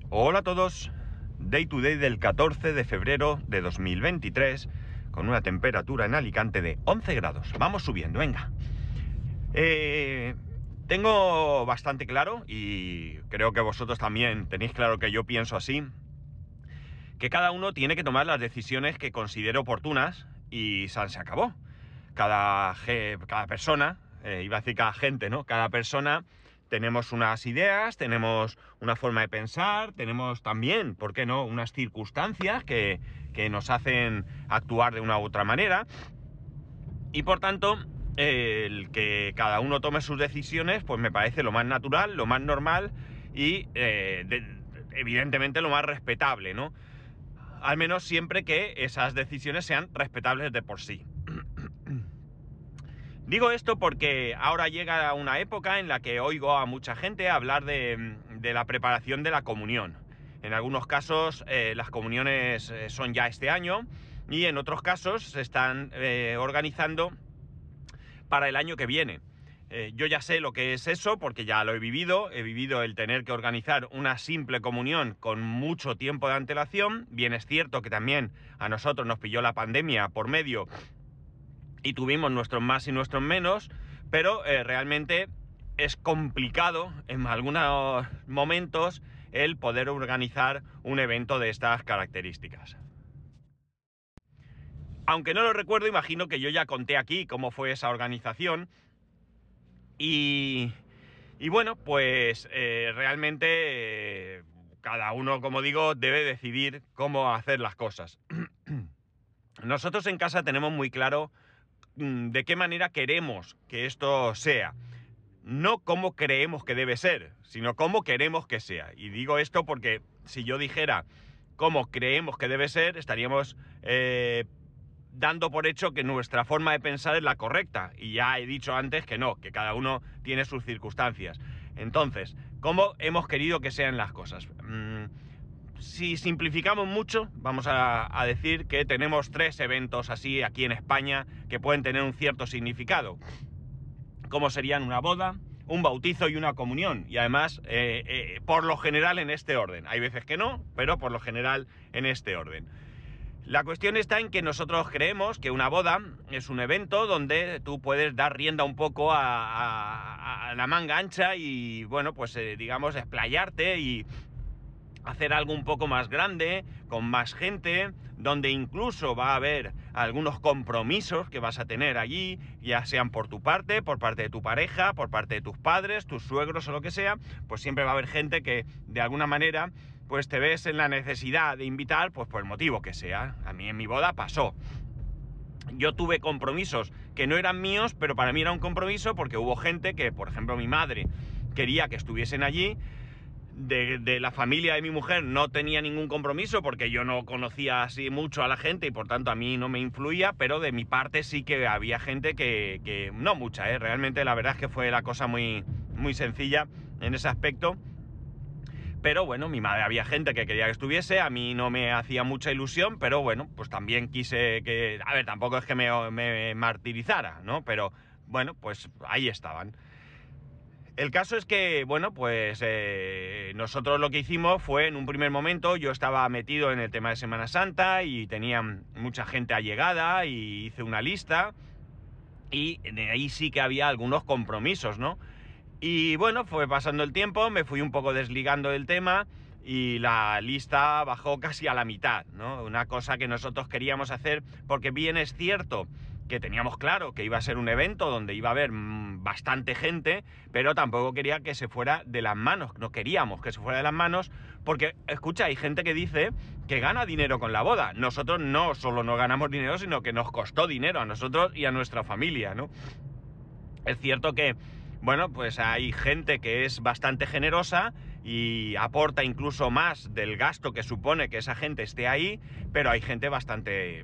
Hola a todos, Day to Day del 14 de febrero de 2023, con una temperatura en Alicante de 11 grados. Vamos subiendo, venga. Tengo bastante claro, y creo que vosotros también tenéis claro que yo pienso así, que cada uno tiene que tomar las decisiones que considere oportunas y se acabó. Cada persona, iba a decir cada gente, ¿no? Cada persona tenemos unas ideas, tenemos una forma de pensar, tenemos también, ¿por qué no?, unas circunstancias que nos hacen actuar de una u otra manera. Y por tanto, el que cada uno tome sus decisiones, pues me parece lo más natural, lo más normal y evidentemente lo más respetable, ¿no? Al menos siempre que esas decisiones sean respetables de por sí. Digo esto porque ahora llega una época en la que oigo a mucha gente hablar de la preparación de la comunión. En algunos casos las comuniones son ya este año y en otros casos se están organizando para el año que viene. Yo ya sé lo que es eso porque ya lo he vivido el tener que organizar una simple comunión con mucho tiempo de antelación. Bien es cierto que también a nosotros nos pilló la pandemia por medio y tuvimos nuestros más y nuestros menos, pero realmente es complicado en algunos momentos el poder organizar un evento de estas características. Aunque no lo recuerdo, imagino que yo ya conté aquí cómo fue esa organización y bueno, pues realmente cada uno, como digo, debe decidir cómo hacer las cosas. Nosotros en casa tenemos muy claro de qué manera queremos que esto sea. No cómo creemos que debe ser, sino cómo queremos que sea. Y digo esto porque si yo dijera cómo creemos que debe ser, estaríamos dando por hecho que nuestra forma de pensar es la correcta. Y ya he dicho antes que no, que cada uno tiene sus circunstancias. Entonces, ¿cómo hemos querido que sean las cosas? Si simplificamos mucho, vamos a decir que tenemos 3 eventos así aquí en España que pueden tener un cierto significado, como serían una boda, un bautizo y una comunión, y además por lo general en este orden. Hay veces que no, pero por lo general en este orden. La cuestión está en que nosotros creemos que una boda es un evento donde tú puedes dar rienda un poco a la manga ancha y, bueno, pues digamos, explayarte y hacer algo un poco más grande, con más gente, donde incluso va a haber algunos compromisos que vas a tener allí, ya sean por tu parte, por parte de tu pareja, por parte de tus padres, tus suegros o lo que sea, pues siempre va a haber gente que de alguna manera pues te ves en la necesidad de invitar, pues por el motivo que sea. A mí en mi boda pasó. Yo tuve compromisos que no eran míos, pero para mí era un compromiso porque hubo gente que, por ejemplo, mi madre quería que estuviesen allí. De la familia de mi mujer no tenía ningún compromiso porque yo no conocía así mucho a la gente y por tanto a mí no me influía, pero de mi parte sí que había gente que no mucha, realmente la verdad es que fue la cosa muy, muy sencilla en ese aspecto. Pero bueno, mi madre, había gente que quería que estuviese, a mí no me hacía mucha ilusión, pero bueno, pues también quise que... A ver, tampoco es que me martirizara, ¿no? Pero bueno, pues ahí estaban. El caso es que, bueno, pues nosotros lo que hicimos fue, en un primer momento, yo estaba metido en el tema de Semana Santa y tenía mucha gente allegada y hice una lista y de ahí sí que había algunos compromisos, ¿no? Y bueno, fue pasando el tiempo, me fui un poco desligando del tema y la lista bajó casi a la mitad, ¿no? Una cosa que nosotros queríamos hacer, porque bien es cierto que teníamos claro que iba a ser un evento donde iba a haber bastante gente, pero tampoco quería que se fuera de las manos, no queríamos que se fuera de las manos, porque, escucha, hay gente que dice que gana dinero con la boda. Nosotros no solo no ganamos dinero, sino que nos costó dinero a nosotros y a nuestra familia, ¿no? Es cierto que, bueno, pues hay gente que es bastante generosa y aporta incluso más del gasto que supone que esa gente esté ahí, pero hay gente bastante,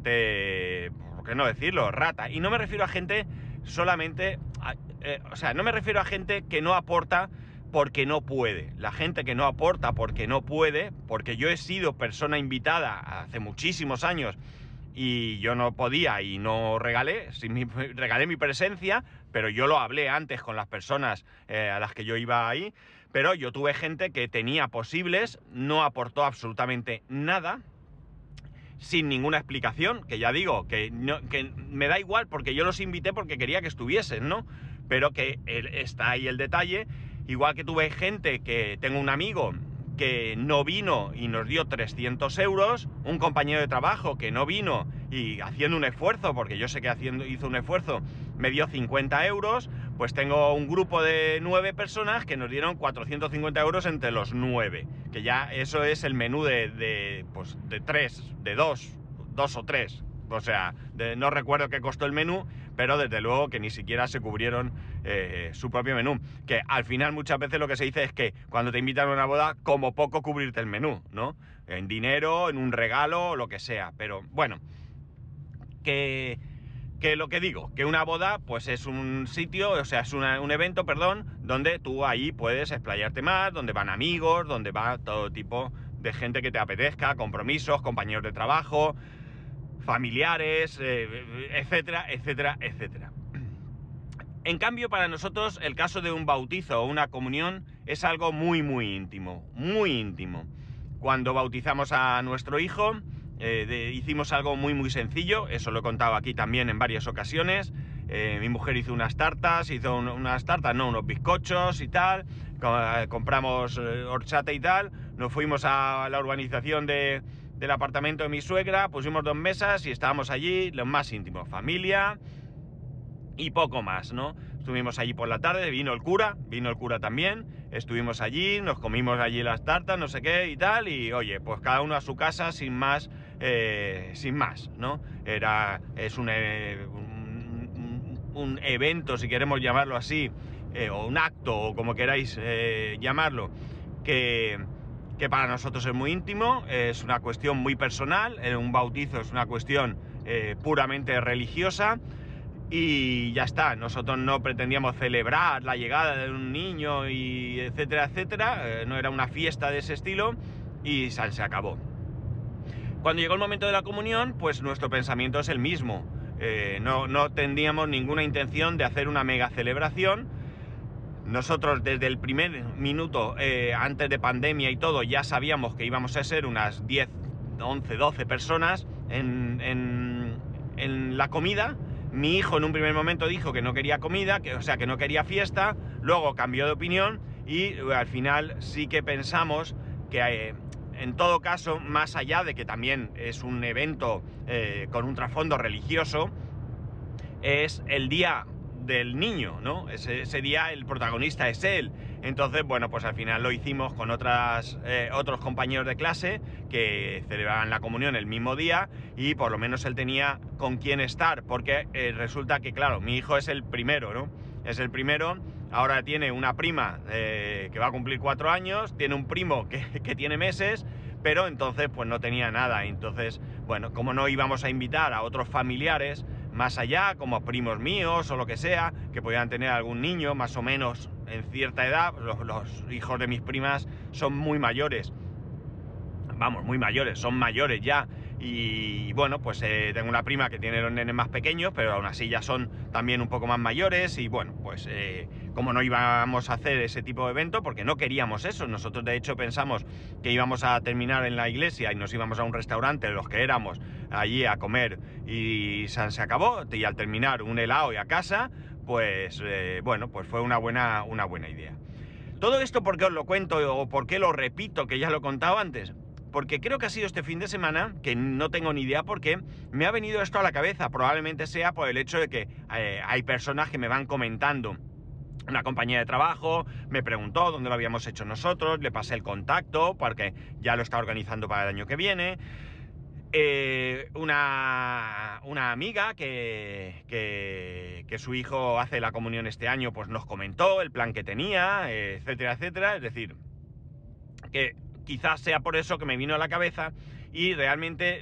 ¿por qué no decirlo?, rata. Y no me refiero a gente solamente, no me refiero a gente que no aporta porque no puede. La gente que no aporta porque no puede, porque yo he sido persona invitada hace muchísimos años y yo no podía y no regalé, regalé mi presencia, pero yo lo hablé antes con las personas a las que yo iba ahí, pero yo tuve gente que tenía posibles, no aportó absolutamente nada, sin ninguna explicación, que ya digo, que me da igual porque yo los invité porque quería que estuviesen, ¿no? Pero que está ahí el detalle, igual que tuve gente que tengo un amigo que no vino y nos dio 300 euros, un compañero de trabajo que no vino y haciendo un esfuerzo, porque yo sé que hizo un esfuerzo, me dio 50 euros, pues tengo un grupo de 9 personas que nos dieron 450 euros entre los 9, que ya eso es el menú de 3, de 2 o 3, o sea, no recuerdo qué costó el menú, pero desde luego que ni siquiera se cubrieron su propio menú. Que al final muchas veces lo que se dice es que cuando te invitan a una boda, como poco cubrirte el menú, ¿no? En dinero, en un regalo, lo que sea. Pero bueno, que lo que digo, que una boda pues es un sitio, o sea, es un evento, perdón, donde tú ahí puedes explayarte más, donde van amigos, donde va todo tipo de gente que te apetezca, compromisos, compañeros de trabajo, familiares, etcétera, etcétera, etcétera. En cambio, para nosotros el caso de un bautizo o una comunión es algo muy, muy íntimo, muy íntimo. Cuando bautizamos a nuestro hijo, hicimos algo muy, muy sencillo, eso lo he contado aquí también en varias ocasiones. Mi mujer hizo unos bizcochos y tal, compramos horchata y tal, nos fuimos a la urbanización del apartamento de mi suegra, pusimos 2 mesas y estábamos allí, los más íntimos, familia y poco más, ¿no? Estuvimos allí por la tarde, vino el cura también, estuvimos allí, nos comimos allí las tartas, no sé qué y tal, y oye, pues cada uno a su casa sin más, ¿no? Es un evento, si queremos llamarlo así, o un acto, o como queráis llamarlo, que para nosotros es muy íntimo, es una cuestión muy personal, un bautizo es una cuestión puramente religiosa, y ya está. Nosotros no pretendíamos celebrar la llegada de un niño y etcétera, etcétera, no era una fiesta de ese estilo y se acabó. Cuando llegó el momento de la comunión, pues nuestro pensamiento es el mismo. No teníamos ninguna intención de hacer una mega celebración. Nosotros desde el primer minuto, antes de pandemia y todo, ya sabíamos que íbamos a ser unas 10, 11, 12 personas en la comida. Mi hijo en un primer momento dijo que no quería comida, que no quería fiesta, luego cambió de opinión y al final sí que pensamos que en todo caso, más allá de que también es un evento con un trasfondo religioso, es el día del niño, ¿no? Ese día el protagonista es él. Entonces, bueno, pues al final lo hicimos con otros compañeros de clase que celebraban la comunión el mismo día y por lo menos él tenía con quién estar, porque resulta que, claro, mi hijo es el primero, ¿no? Es el primero, ahora tiene una prima que va a cumplir 4 años, tiene un primo que tiene meses, pero entonces pues no tenía nada. Entonces, bueno, como no íbamos a invitar a otros familiares más allá, como primos míos o lo que sea, que pudieran tener algún niño más o menos en cierta edad, los hijos de mis primas son muy mayores, vamos, muy mayores, son mayores ya, y bueno, pues tengo una prima que tiene los nenes más pequeños, pero aún así ya son también un poco más mayores, y bueno, pues como no íbamos a hacer ese tipo de evento, porque no queríamos eso, nosotros de hecho pensamos que íbamos a terminar en la iglesia y nos íbamos a un restaurante, los que éramos, allí a comer, y se acabó, y al terminar un helado y a casa, pues bueno, pues fue una buena idea. Todo esto, ¿por qué os lo cuento o por qué lo repito, que ya lo he contado antes? Porque creo que ha sido este fin de semana, que no tengo ni idea por qué, me ha venido esto a la cabeza. Probablemente sea por el hecho de que hay personas que me van comentando. Una compañera de trabajo me preguntó dónde lo habíamos hecho nosotros, le pasé el contacto porque ya lo está organizando para el año que viene. Una amiga que su hijo hace la comunión este año, pues nos comentó el plan que tenía, etcétera, etcétera. Es decir, que quizás sea por eso que me vino a la cabeza, y realmente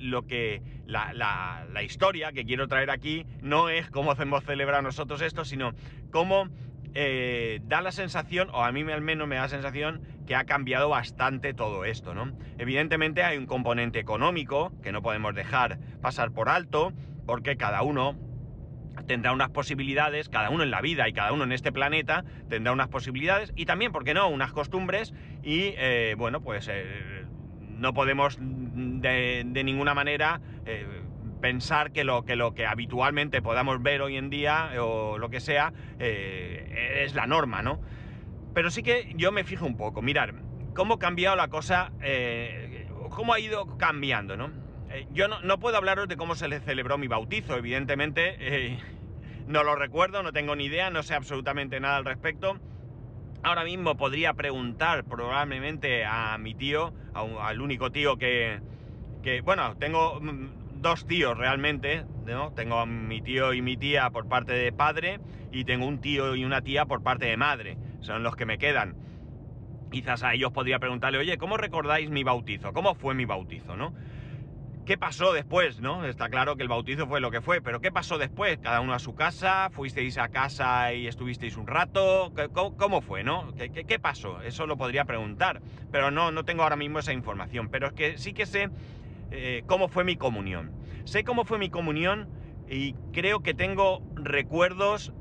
la historia que quiero traer aquí no es cómo hemos celebrado nosotros esto, sino cómo da la sensación, o a mí al menos me da la sensación, que ha cambiado bastante todo esto, ¿no? Evidentemente hay un componente económico que no podemos dejar pasar por alto, porque cada uno tendrá unas posibilidades, cada uno en la vida y cada uno en este planeta tendrá unas posibilidades y también, ¿por qué no?, unas costumbres y, bueno, pues no podemos de ninguna manera pensar que lo que habitualmente podamos ver hoy en día o lo que sea es la norma, ¿no? Pero sí que yo me fijo un poco, mirar cómo ha cambiado la cosa, cómo ha ido cambiando, ¿no? Yo no puedo hablaros de cómo se le celebró mi bautizo, evidentemente no lo recuerdo, no tengo ni idea, no sé absolutamente nada al respecto. Ahora mismo podría preguntar probablemente a mi tío, al único tío que bueno, tengo dos tíos realmente, ¿no? Tengo a mi tío y mi tía por parte de padre y tengo un tío y una tía por parte de madre, son los que me quedan. Quizás a ellos podría preguntarle, oye, ¿cómo recordáis mi bautizo? ¿Cómo fue mi bautizo, no? ¿Qué pasó después, no? Está claro que el bautizo fue lo que fue, pero ¿qué pasó después? ¿Cada uno a su casa? ¿Fuisteis a casa y estuvisteis un rato? ¿Cómo fue, no? ¿Qué pasó? Eso lo podría preguntar, pero no tengo ahora mismo esa información. Pero es que sí que sé cómo fue mi comunión. Sé cómo fue mi comunión y creo que tengo recuerdos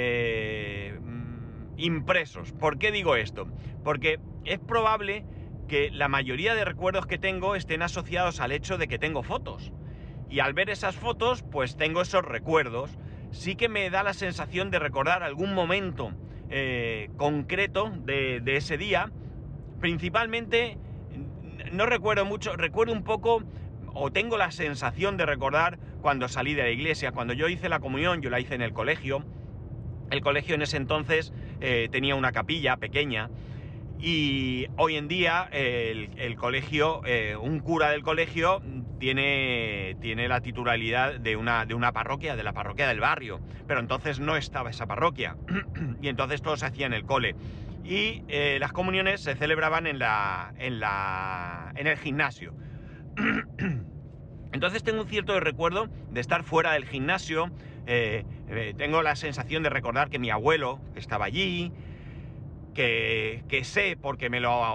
impresos. ¿Por qué digo esto? Porque es probable que la mayoría de recuerdos que tengo estén asociados al hecho de que tengo fotos. Y al ver esas fotos, pues tengo esos recuerdos. Sí que me da la sensación de recordar algún momento concreto de ese día. Principalmente, no recuerdo mucho, recuerdo un poco, o tengo la sensación de recordar cuando salí de la iglesia, cuando yo hice la comunión, yo la hice en el colegio. El colegio en ese entonces tenía una capilla pequeña. Y hoy en día el colegio, un cura del colegio tiene la titularidad de una parroquia, de la parroquia del barrio, pero entonces no estaba esa parroquia y entonces todo se hacía en el cole y las comuniones se celebraban en el gimnasio. Entonces tengo un cierto recuerdo de estar fuera del gimnasio, tengo la sensación de recordar que mi abuelo estaba allí, que sé, porque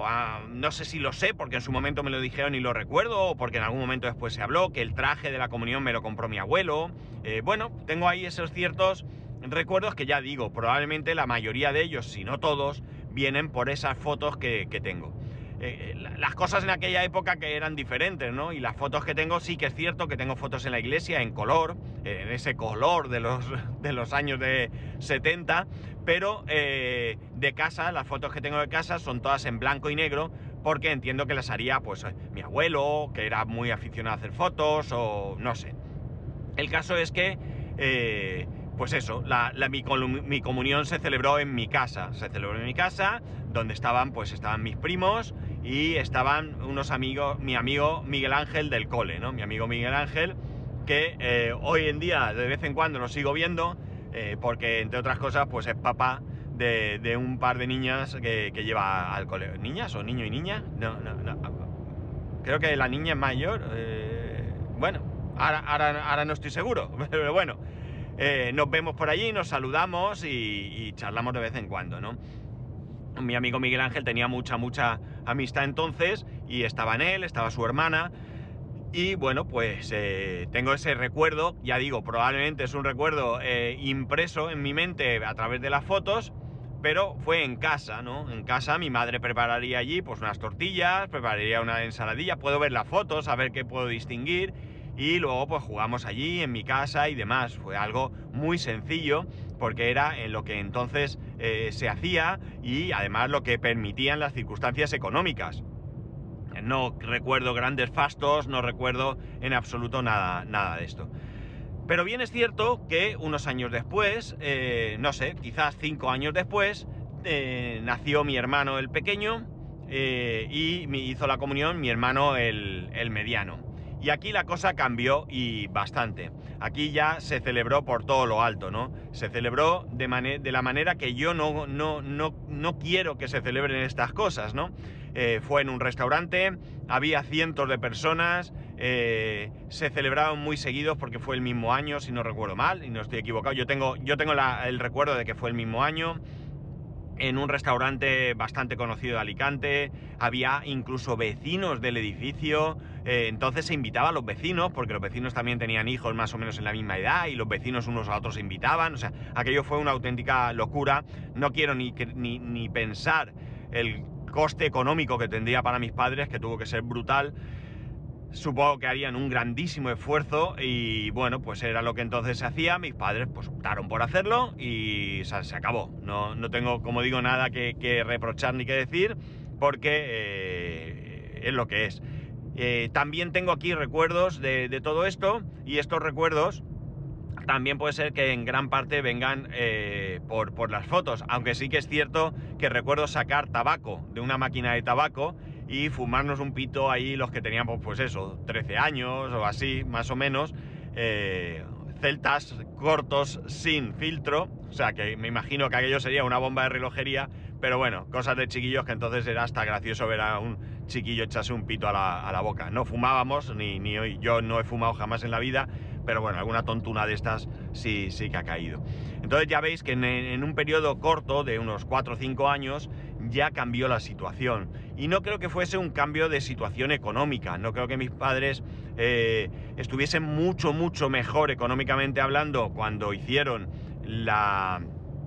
no sé si lo sé, porque en su momento me lo dijeron y lo recuerdo, o porque en algún momento después se habló, que el traje de la comunión me lo compró mi abuelo. Bueno, tengo ahí esos ciertos recuerdos que ya digo, probablemente la mayoría de ellos, si no todos, vienen por esas fotos que tengo. Las cosas en aquella época que eran diferentes, ¿no? Y las fotos que tengo, sí que es cierto que tengo fotos en la iglesia en color, en ese color de los años de 70, pero de casa, las fotos que tengo de casa son todas en blanco y negro, porque entiendo que las haría pues mi abuelo, que era muy aficionado a hacer fotos, o no sé. El caso es que pues eso, mi comunión se celebró en mi casa. Se celebró en mi casa, donde estaban mis primos y estaban unos amigos, mi amigo Miguel Ángel del cole, ¿no? Mi amigo Miguel Ángel, que hoy en día de vez en cuando lo sigo viendo, porque entre otras cosas pues es papá de un par de niñas que lleva al cole. ¿Niñas o niño y niña? No. Creo que la niña es mayor. Bueno, ahora no estoy seguro, pero bueno. Nos vemos por allí, nos saludamos y charlamos de vez en cuando, ¿no? Mi amigo Miguel Ángel tenía mucha amistad entonces y estaba en él, estaba su hermana y bueno, pues tengo ese recuerdo, ya digo, probablemente es un recuerdo impreso en mi mente a través de las fotos, pero fue en casa, ¿no? En casa mi madre prepararía allí pues unas tortillas, prepararía una ensaladilla, puedo ver las fotos, a ver qué puedo distinguir. Y luego pues jugamos allí en mi casa y demás. Fue algo muy sencillo porque era en lo que entonces se hacía y además lo que permitían las circunstancias económicas. No recuerdo grandes fastos, no recuerdo en absoluto nada de esto. Pero bien es cierto que unos años después, no sé, quizás 5 años después, nació mi hermano el pequeño y me hizo la comunión mi hermano el mediano. Y aquí la cosa cambió y bastante. Aquí ya se celebró por todo lo alto, ¿no? Se celebró de la manera que yo no quiero que se celebren estas cosas, ¿no? Fue en un restaurante, había cientos de personas, se celebraban muy seguidos porque fue el mismo año, si no recuerdo mal, y no estoy equivocado. Yo tengo el recuerdo de que fue el mismo año. en un restaurante bastante conocido de Alicante, había incluso vecinos del edificio, entonces se invitaba a los vecinos, porque los vecinos también tenían hijos más o menos en la misma edad, y los vecinos unos a otros se invitaban, o sea, aquello fue una auténtica locura. No quiero ni pensar el coste económico que tendría para mis padres, que tuvo que ser brutal. Supongo que harían un grandísimo esfuerzo y bueno, pues era lo que entonces se hacía. Mis padres pues optaron por hacerlo y se acabó. No tengo, como digo, nada que reprochar ni que decir, porque es lo que es. También tengo aquí recuerdos de todo esto, y estos recuerdos también puede ser que en gran parte vengan por las fotos, aunque sí que es cierto que recuerdo sacar tabaco de una máquina de tabaco y fumarnos un pito ahí los que teníamos, pues eso, 13 años o así, más o menos, celtas cortos sin filtro, o sea que me imagino que aquello sería una bomba de relojería, pero bueno, cosas de chiquillos, que entonces era hasta gracioso ver a un chiquillo echarse un pito a la boca. No fumábamos, ni hoy, yo no he fumado jamás en la vida, pero bueno, alguna tontuna de estas sí que ha caído. Entonces ya veis que en un periodo corto de unos 4 o 5 años ya cambió la situación. Y no creo que fuese un cambio de situación económica, no creo que mis padres estuviesen mucho mejor económicamente hablando cuando hicieron la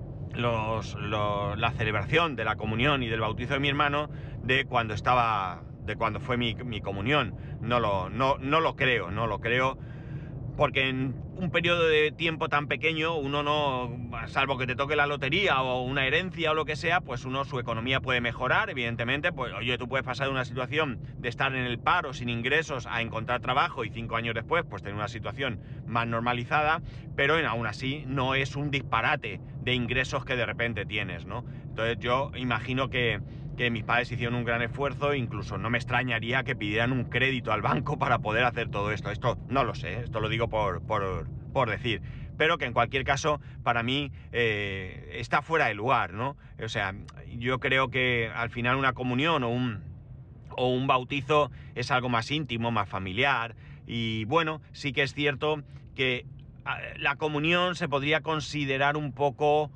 celebración de la comunión y del bautizo de mi hermano de cuando fue mi comunión. No lo creo, porque en un periodo de tiempo tan pequeño uno no, salvo que te toque la lotería o una herencia o lo que sea, pues su economía puede mejorar, evidentemente. Pues oye, tú puedes pasar de una situación de estar en el paro sin ingresos a encontrar trabajo y 5 años después pues tener una situación más normalizada, pero aún así no es un disparate de ingresos que de repente tienes, ¿no? Entonces yo imagino que mis padres hicieron un gran esfuerzo, incluso no me extrañaría que pidieran un crédito al banco para poder hacer todo esto. Esto no lo sé, esto lo digo por decir, pero que en cualquier caso para mí está fuera de lugar, ¿no? O sea, yo creo que al final una comunión o un bautizo es algo más íntimo, más familiar, y bueno, sí que es cierto que la comunión se podría considerar un poco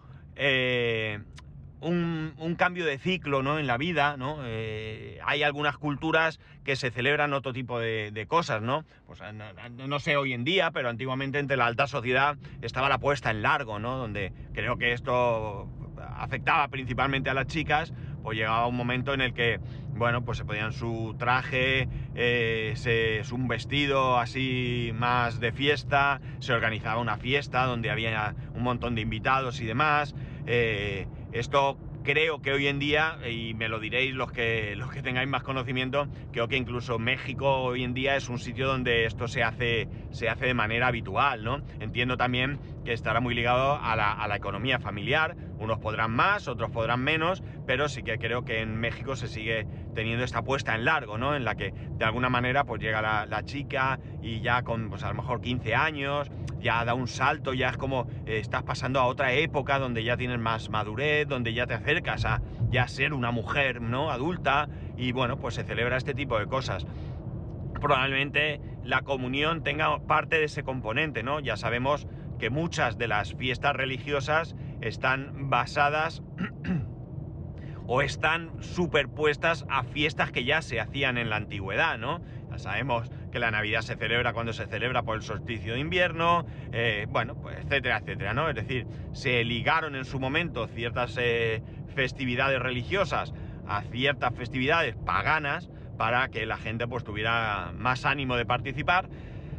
un cambio de ciclo, ¿no?, en la vida, ¿no? Hay algunas culturas que se celebran otro tipo de cosas, ¿no? Pues no sé hoy en día, pero antiguamente entre la alta sociedad estaba la puesta en largo, ¿no? Donde creo que esto afectaba principalmente a las chicas, pues llegaba un momento en el que, bueno, pues se ponían su traje, un vestido así más de fiesta, se organizaba una fiesta donde había un montón de invitados y demás. Esto creo que hoy en día, y me lo diréis los que tengáis más conocimiento, creo que incluso México hoy en día es un sitio donde esto se hace de manera habitual, ¿no? Entiendo también que estará muy ligado a la economía familiar. Unos podrán más, otros podrán menos, pero sí que creo que en México se sigue teniendo esta puesta en largo, ¿no? En la que de alguna manera pues llega la chica y ya con pues a lo mejor 15 años ya da un salto, ya es como estás pasando a otra época donde ya tienes más madurez, donde ya te acercas a ya ser una mujer, ¿no?, adulta, y bueno, pues se celebra este tipo de cosas. Probablemente la comunión tenga parte de ese componente, ¿no? Ya sabemos que muchas de las fiestas religiosas están basadas o están superpuestas a fiestas que ya se hacían en la antigüedad, ¿no? Ya sabemos que la Navidad se celebra cuando se celebra por el solsticio de invierno, bueno, pues etcétera, etcétera, ¿no? Es decir, se ligaron en su momento ciertas festividades religiosas a ciertas festividades paganas para que la gente pues tuviera más ánimo de participar.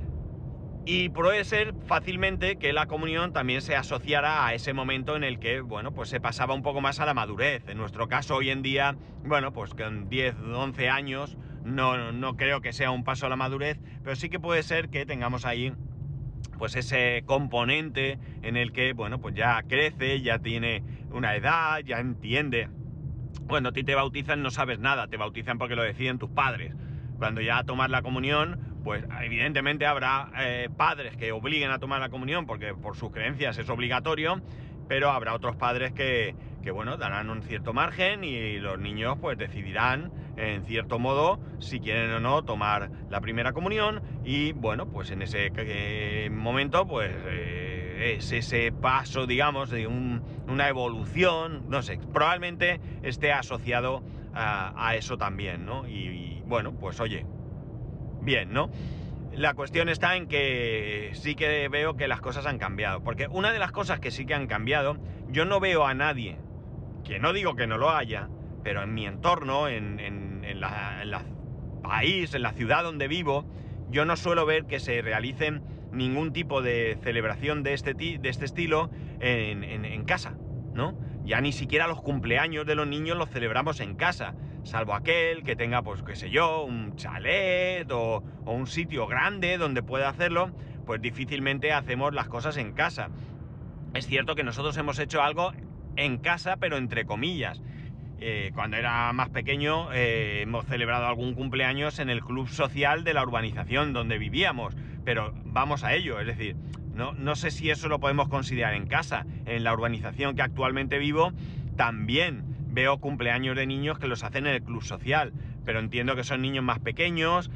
Y puede ser fácilmente que la comunión también se asociara a ese momento en el que, bueno, pues se pasaba un poco más a la madurez. En nuestro caso hoy en día, bueno, pues con 10, 11 años no creo que sea un paso a la madurez, pero sí que puede ser que tengamos ahí pues ese componente en el que, bueno, pues ya crece, ya tiene una edad, ya entiende. Cuando a ti te bautizan no sabes nada, te bautizan porque lo deciden tus padres. Cuando ya tomas la comunión, pues evidentemente habrá padres que obliguen a tomar la comunión porque por sus creencias es obligatorio, pero habrá otros padres que bueno, darán un cierto margen y los niños pues decidirán en cierto modo si quieren o no tomar la primera comunión, y bueno, pues en ese momento pues es ese paso, digamos, de un una evolución, no sé, probablemente esté asociado a eso también, ¿no? Y bueno, pues oye, bien, ¿no? La cuestión está en que sí que veo que las cosas han cambiado, porque una de las cosas que sí que han cambiado, yo no veo a nadie, que no digo que no lo haya, pero en mi entorno, en la país, en la ciudad donde vivo, yo no suelo ver que se realicen ningún tipo de celebración de este estilo en casa, ¿no? Ya ni siquiera los cumpleaños de los niños los celebramos en casa, salvo aquel que tenga, pues qué sé yo, un chalet o un sitio grande donde pueda hacerlo, pues difícilmente hacemos las cosas en casa. Es cierto que nosotros hemos hecho algo en casa, pero entre comillas. Cuando era más pequeño hemos celebrado algún cumpleaños en el club social de la urbanización donde vivíamos, pero vamos a ello, es decir, no sé si eso lo podemos considerar en casa. En la urbanización que actualmente vivo también veo cumpleaños de niños que los hacen en el club social, pero entiendo que son niños más pequeños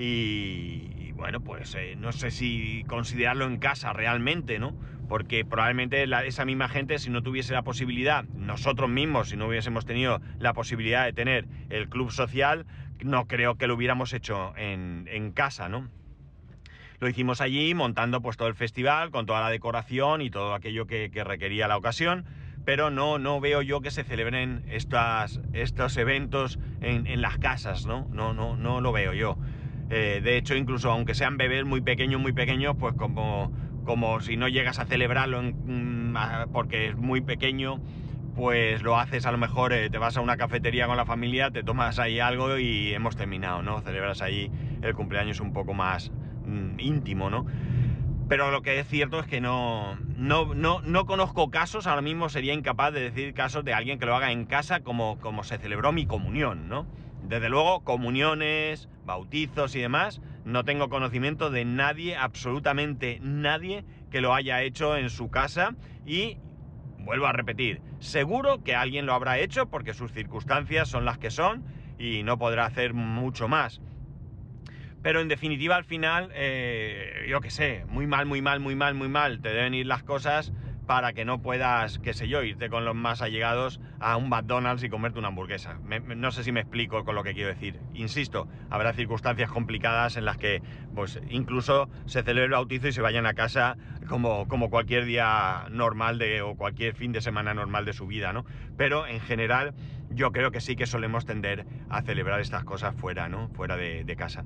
y bueno, pues no sé si considerarlo en casa realmente, ¿no? Porque probablemente esa misma gente, si no tuviese la posibilidad, nosotros mismos, si no hubiésemos tenido la posibilidad de tener el club social, no creo que lo hubiéramos hecho en casa, ¿no? Lo hicimos allí montando pues todo el festival, con toda la decoración y todo aquello que requería la ocasión, pero no veo yo que se celebren estos eventos en las casas, ¿no? No lo veo yo. De hecho, incluso aunque sean bebés muy pequeños, pues como si no llegas a celebrarlo porque es muy pequeño, pues lo haces a lo mejor, te vas a una cafetería con la familia, te tomas ahí algo y hemos terminado, ¿no? Celebras ahí el cumpleaños un poco más íntimo, ¿no? Pero lo que es cierto es que no conozco casos, ahora mismo sería incapaz de decir casos de alguien que lo haga en casa como se celebró mi comunión, ¿no? Desde luego, comuniones, bautizos y demás, no tengo conocimiento de nadie, absolutamente nadie, que lo haya hecho en su casa y, vuelvo a repetir, seguro que alguien lo habrá hecho porque sus circunstancias son las que son y no podrá hacer mucho más. Pero en definitiva, al final, yo qué sé, muy mal te deben ir las cosas para que no puedas, qué sé yo, irte con los más allegados a un McDonald's y comerte una hamburguesa. No sé si me explico con lo que quiero decir. Insisto, habrá circunstancias complicadas en las que pues incluso se celebre el bautizo y se vayan a casa como cualquier día normal o cualquier fin de semana normal de su vida, ¿no? Pero en general yo creo que sí que solemos tender a celebrar estas cosas fuera, ¿no? Fuera de casa.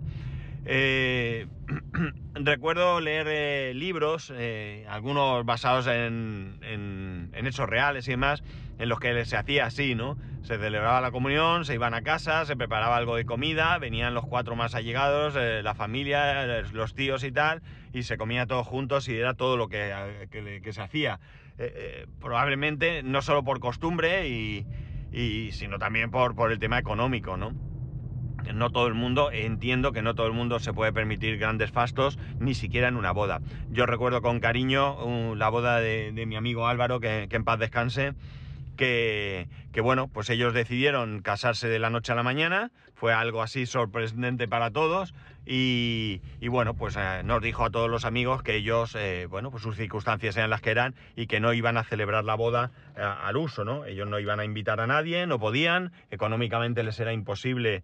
Recuerdo leer libros, algunos basados en hechos reales y demás, en los que se hacía así, ¿no? Se celebraba la comunión, se iban a casa, se preparaba algo de comida, venían los 4 más allegados, la familia, los tíos y tal, y se comía todos juntos y era todo lo que se hacía. Probablemente no solo por costumbre sino también por el tema económico, ¿no? No todo el mundo, entiendo que no todo el mundo se puede permitir grandes fastos, ni siquiera en una boda. Yo recuerdo con cariño la boda de mi amigo Álvaro, que en paz descanse, que bueno, pues ellos decidieron casarse de la noche a la mañana, fue algo así sorprendente para todos y bueno, pues nos dijo a todos los amigos que ellos, bueno, pues sus circunstancias eran las que eran y que no iban a celebrar la boda al uso, ¿no? Ellos no iban a invitar a nadie, no podían, económicamente les era imposible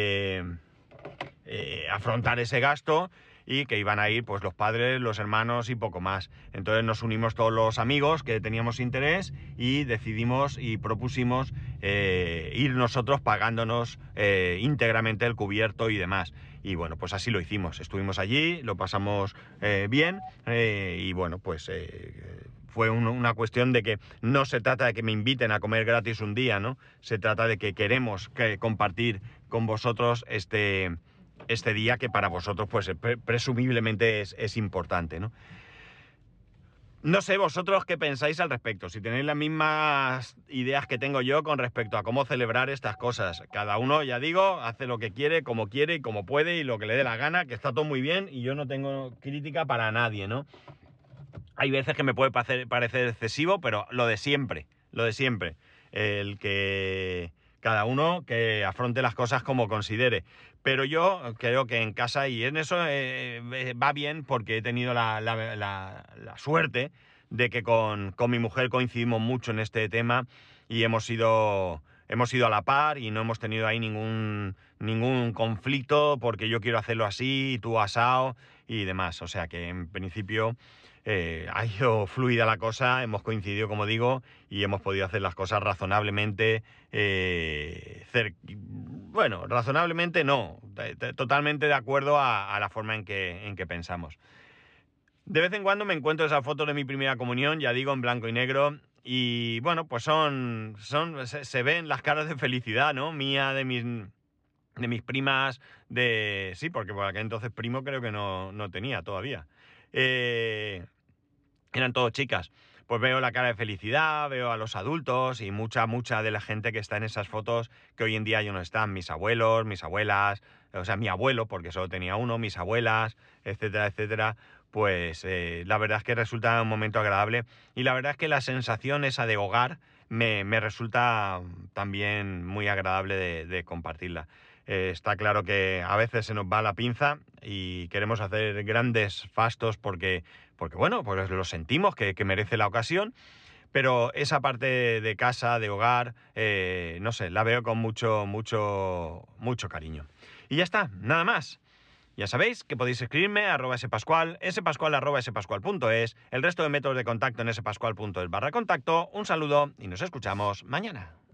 afrontar ese gasto y que iban a ir pues los padres, los hermanos y poco más. Entonces nos unimos todos los amigos que teníamos interés y decidimos y propusimos ir nosotros pagándonos íntegramente el cubierto y demás. Y bueno, pues así lo hicimos. Estuvimos allí, lo pasamos bien y bueno, pues fue una cuestión de que no se trata de que me inviten a comer gratis un día, ¿no? Se trata de que queremos compartir con vosotros este día que para vosotros pues presumiblemente es importante, ¿no? No sé vosotros qué pensáis al respecto, si tenéis las mismas ideas que tengo yo con respecto a cómo celebrar estas cosas. Cada uno, ya digo, hace lo que quiere y como puede y lo que le dé la gana, que está todo muy bien y yo no tengo crítica para nadie, ¿no? Hay veces que me puede parecer excesivo, pero lo de siempre. El que cada uno que afronte las cosas como considere. Pero yo creo que en casa, y en eso va bien porque he tenido la suerte de que con mi mujer coincidimos mucho en este tema y hemos ido a la par y no hemos tenido ahí ningún conflicto porque yo quiero hacerlo así y tú asao y demás. O sea que en principio ha ido fluida la cosa, hemos coincidido, como digo, y hemos podido hacer las cosas razonablemente bueno, razonablemente no, totalmente de acuerdo a la forma en que pensamos. De vez en cuando me encuentro esas fotos de mi primera comunión, ya digo, en blanco y negro, y bueno, pues se ven las caras de felicidad, ¿no? Mía, de mis primas, sí, porque por aquel entonces primo creo que no tenía todavía. Eran todos chicas. Pues veo la cara de felicidad, veo a los adultos y mucha de la gente que está en esas fotos que hoy en día ya no están, mis abuelos, mis abuelas, o sea, mi abuelo, porque solo tenía uno, mis abuelas, etcétera, etcétera. Pues la verdad es que resulta un momento agradable y la verdad es que la sensación esa de hogar me resulta también muy agradable de compartirla. Está claro que a veces se nos va la pinza y queremos hacer grandes fastos porque bueno, pues lo sentimos que merece la ocasión, pero esa parte de casa, de hogar, no sé, la veo con mucho cariño. Y ya está, nada más. Ya sabéis que podéis escribirme a @spascual, spascual@spascual.es, el resto de métodos de contacto en spascual.es/contacto. Un saludo y nos escuchamos mañana.